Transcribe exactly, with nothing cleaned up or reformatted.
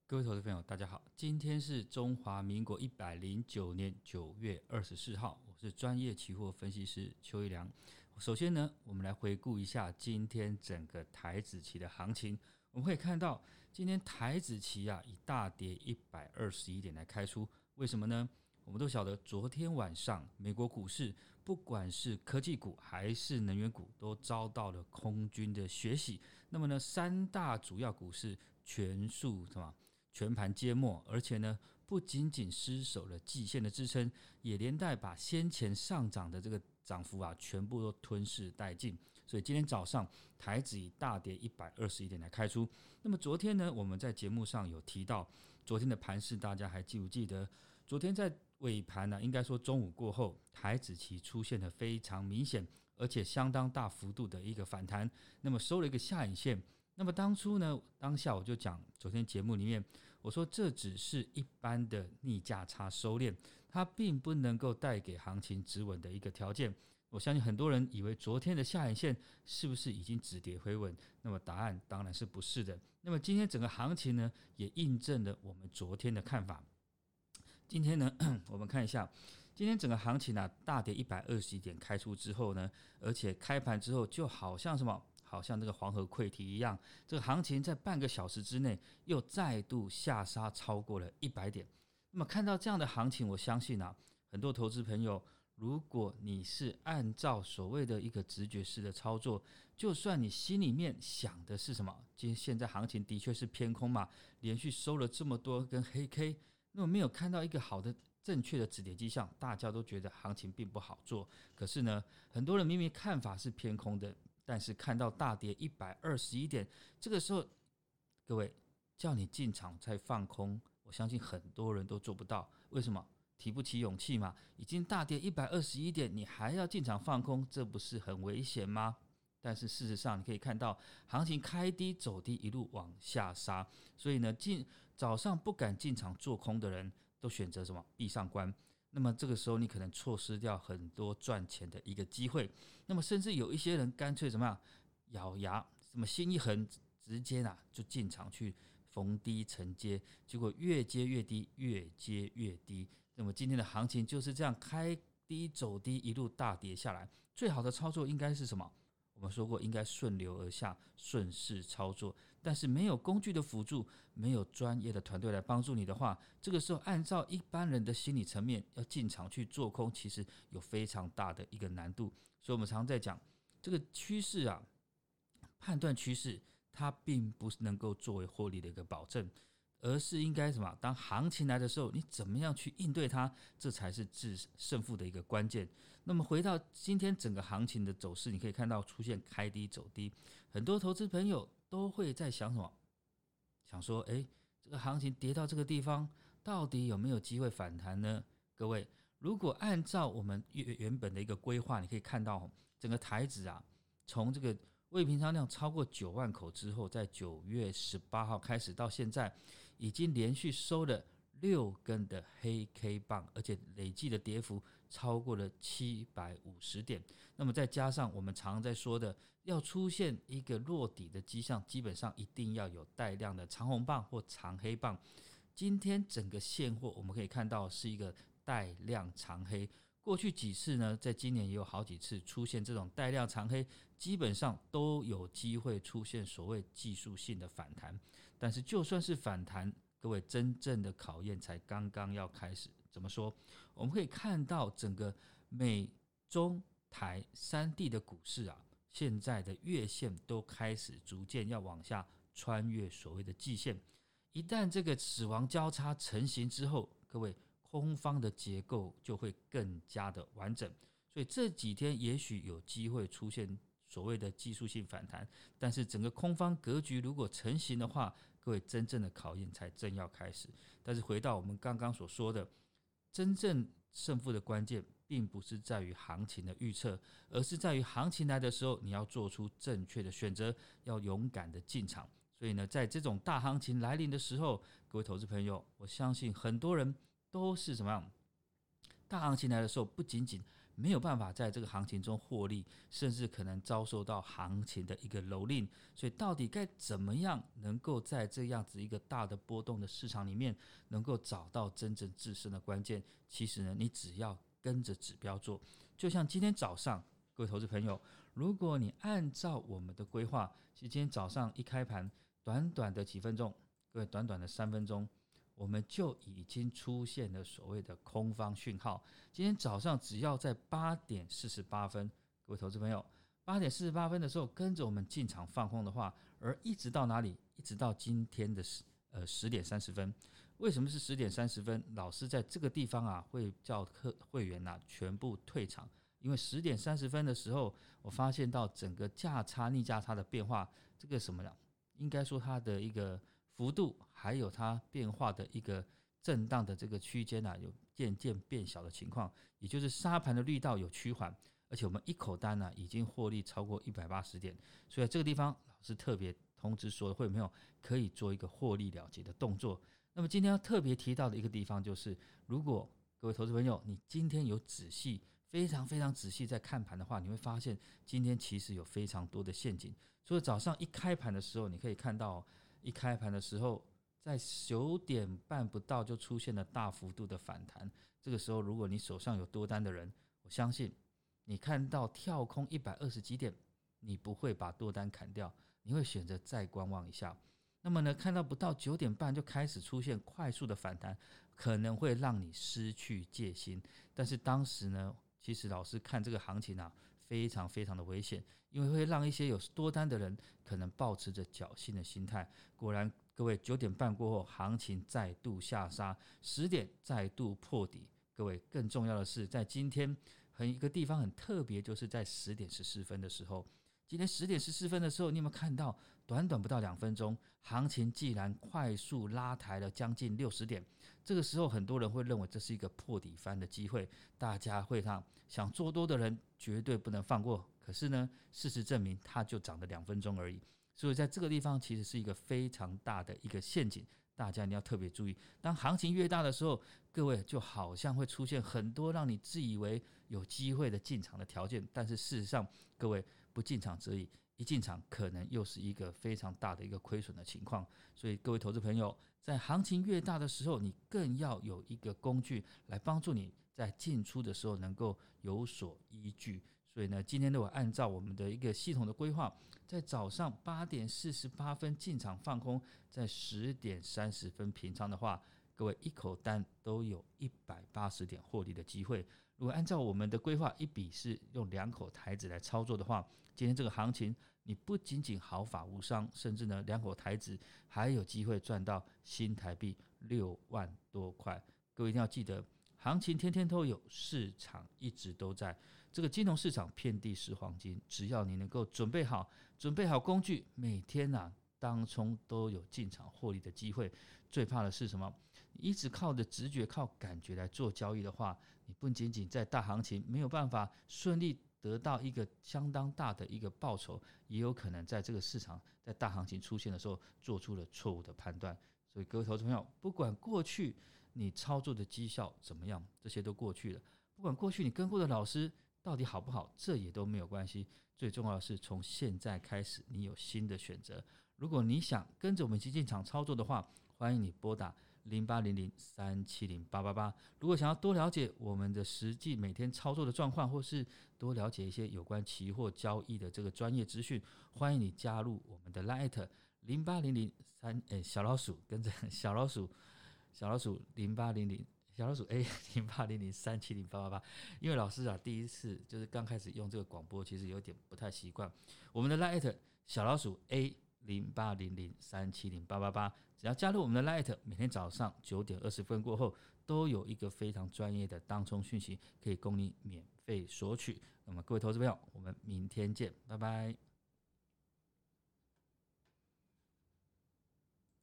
各位投资朋友，大家好，今天是中华民国一百零九年九月二十四号，我是专业期货分析师邱一良。首先呢，我们来回顾一下今天整个台指期的行情。我们可以看到，今天台指期啊以大跌一百二十一点来开出，为什么呢？我们都晓得，昨天晚上美国股市，不管是科技股还是能源股，都遭到了空军的血洗。那么呢，三大主要股市全数什么？全盘皆没，而且呢，不仅仅失守了季线的支撑，也连带把先前上涨的这个涨幅啊，全部都吞噬殆尽。所以今天早上台指以大跌一百二十一点来开出。那么昨天呢，我们在节目上有提到，昨天的盘势大家还记不记得？昨天在尾盘呢、啊，应该说中午过后，台指期出现了非常明显而且相当大幅度的一个反弹，那么收了一个下影线。那么当初呢，当下我就讲，昨天节目里面我说这只是一般的逆价差收敛，它并不能够带给行情止稳的一个条件。我相信很多人以为昨天的下影线是不是已经止跌回稳？那么答案当然是不是的。那么今天整个行情呢，也印证了我们昨天的看法。今天呢，我们看一下，今天整个行情啊大跌一百二十一点开出之后呢，而且开盘之后就好像什么？好像这个黄河溃堤一样，这个行情在半个小时之内又再度下杀超过了一百点。那么看到这样的行情，我相信啊，很多投资朋友，如果你是按照所谓的一个直觉式的操作，就算你心里面想的是什么，今天现在行情的确是偏空嘛，连续收了这么多根黑 K， 那么没有看到一个好的正确的止跌迹象，大家都觉得行情并不好做。可是呢，很多人明明看法是偏空的，但是看到大跌一百二十一点，这个时候各位叫你进场再放空，我相信很多人都做不到。为什么？提不起勇气嘛，已经大跌一百二十一点，你还要进场放空，这不是很危险吗？但是事实上你可以看到行情开低走低，一路往下杀，所以呢，进早上不敢进场做空的人都选择什么？闭上关。那么这个时候你可能错失掉很多赚钱的一个机会。那么甚至有一些人干脆怎么样，咬牙什么心一横，直接啊就进场去逢低承接，结果越接越低，越接越低。那么今天的行情就是这样开低走低，一路大跌下来。最好的操作应该是什么？我们说过应该顺流而下，顺势操作，但是没有工具的辅助，没有专业的团队来帮助你的话，这个时候按照一般人的心理层面要进场去做空，其实有非常大的一个难度。所以我们常常在讲这个趋势啊，判断趋势它并不能够作为获利的一个保证，而是应该什么？当行情来的时候，你怎么样去应对它，这才是制胜负的一个关键。那么回到今天整个行情的走势，你可以看到出现开低走低，很多投资朋友都会在想什么？想说，诶，这个行情跌到这个地方，到底有没有机会反弹呢？各位，如果按照我们原本的一个规划，你可以看到整个台指啊，从这个未平仓量超过九万口之后，在九月十八号开始到现在，已经连续收了六根的黑 K 棒，而且累计的跌幅超过了七百五十点。那么再加上我们常常在说的，要出现一个落底的迹象，基本上一定要有带量的长红棒或长黑棒。今天整个现货我们可以看到是一个带量长黑。过去几次呢，在今年也有好几次出现这种带量长黑，基本上都有机会出现所谓技术性的反弹。但是就算是反弹，各位真正的考验才刚刚要开始。怎么说？我们可以看到整个美中台三地的股市啊，现在的月线都开始逐渐要往下穿越所谓的季线。一旦这个死亡交叉成型之后，各位空方的结构就会更加的完整，所以这几天也许有机会出现所谓的技术性反弹，但是整个空方格局如果成型的话，各位真正的考验才正要开始。但是回到我们刚刚所说的，真正胜负的关键并不是在于行情的预测，而是在于行情来的时候，你要做出正确的选择，要勇敢的进场。所以呢，在这种大行情来临的时候，各位投资朋友，我相信很多人都是怎么样？大行情来的时候，不仅仅没有办法在这个行情中获利，甚至可能遭受到行情的一个蹂躏。所以到底该怎么样能够在这样子一个大的波动的市场里面能够找到真正制胜的关键？其实呢，你只要跟着指标做，就像今天早上各位投资朋友，如果你按照我们的规划，其实今天早上一开盘短短的几分钟，各位短短的三分钟，我们就已经出现了所谓的空方讯号。今天早上只要在八点四十八分，各位投资朋友，八点四十八分的时候跟着我们进场放空的话，而一直到哪里？一直到今天的呃十点三十分。为什么是十点三十分？老师在这个地方啊，会叫客会员啊全部退场，因为十点三十分的时候，我发现到整个价差逆价差的变化，这个什么呢？应该说它的一个幅度，还有它变化的一个震荡的这个区间啊，有渐渐变小的情况，也就是沙盘的力道有趋缓，而且我们一口单呢、啊、已经获利超过一百八十点，所以在这个地方老师特别通知说会没有可以做一个获利了结的动作。那么今天要特别提到的一个地方就是，如果各位投资朋友你今天有仔细非常非常仔细在看盘的话，你会发现今天其实有非常多的陷阱。所以早上一开盘的时候，你可以看到一开盘的时候在九点半不到就出现了大幅度的反弹，这个时候如果你手上有多单的人，我相信你看到跳空一百二十几点，你不会把多单砍掉，你会选择再观望一下。那么呢，看到不到九点半就开始出现快速的反弹，可能会让你失去戒心。但是当时呢，其实老师看这个行情啊，非常非常的危险，因为会让一些有多单的人可能抱持着侥幸的心态。果然，各位九点半过后，行情再度下杀，十点再度破底。各位，更重要的是，在今天很一个地方很特别，就是在十点十四分的时候。今天十点十四分的时候，你有没有看到短短不到两分钟，行情既然快速拉抬了将近六十点？这个时候很多人会认为这是一个破底翻的机会，大家会让想做多的人绝对不能放过。可是呢，事实证明它就涨了两分钟而已，所以在这个地方其实是一个非常大的一个陷阱，大家你要特别注意。当行情越大的时候，各位就好像会出现很多让你自以为有机会的进场的条件，但是事实上各位不进场则已，一进场可能又是一个非常大的一个亏损的情况。所以各位投资朋友，在行情越大的时候，你更要有一个工具来帮助你在进出的时候能够有所依据。所以呢，今天呢，我按照我们的一个系统的规划，在早上八点四十八分进场放空，在十点三十分平仓的话，各位一口单都有一百八十点获利的机会。如果按照我们的规划，一笔是用两口台子来操作的话，今天这个行情你不仅仅毫发无伤，甚至呢两口台子还有机会赚到新台币六万多块。各位一定要记得，行情天天都有，市场一直都在。这个金融市场遍地是黄金，只要你能够准备好，准备好工具，每天啊当冲都有进场获利的机会。最怕的是什么？你一直靠着直觉、靠感觉来做交易的话，你不仅仅在大行情没有办法顺利得到一个相当大的一个报酬，也有可能在这个市场在大行情出现的时候做出了错误的判断。所以各位投资朋友，不管过去你操作的绩效怎么样，这些都过去了。不管过去你跟过的老师到底好不好，这也都没有关系。最重要的是从现在开始你有新的选择。如果你想跟着我们一起进场操作的话，欢迎你拨打零八零零三七零八八八。如果想要多了解我们的实际每天操作的状况，或是多了解一些有关期货交易的这个专业资讯，欢迎你加入我们的 LINE 零八零零三小老鼠，跟着小老鼠小老鼠零八零零小老鼠 A 零八零零三七零八八八。因为老师啊第一次就是刚开始用这个广播，其实有点不太习惯。我们的 LINE 小老鼠 A零八零零三七零八八八，只要加入我们的 LINE， 每天早上九点二十分过后，都有一个非常专业的当冲讯息可以供你免费索取。那么各位投资朋友，我们明天见，拜拜。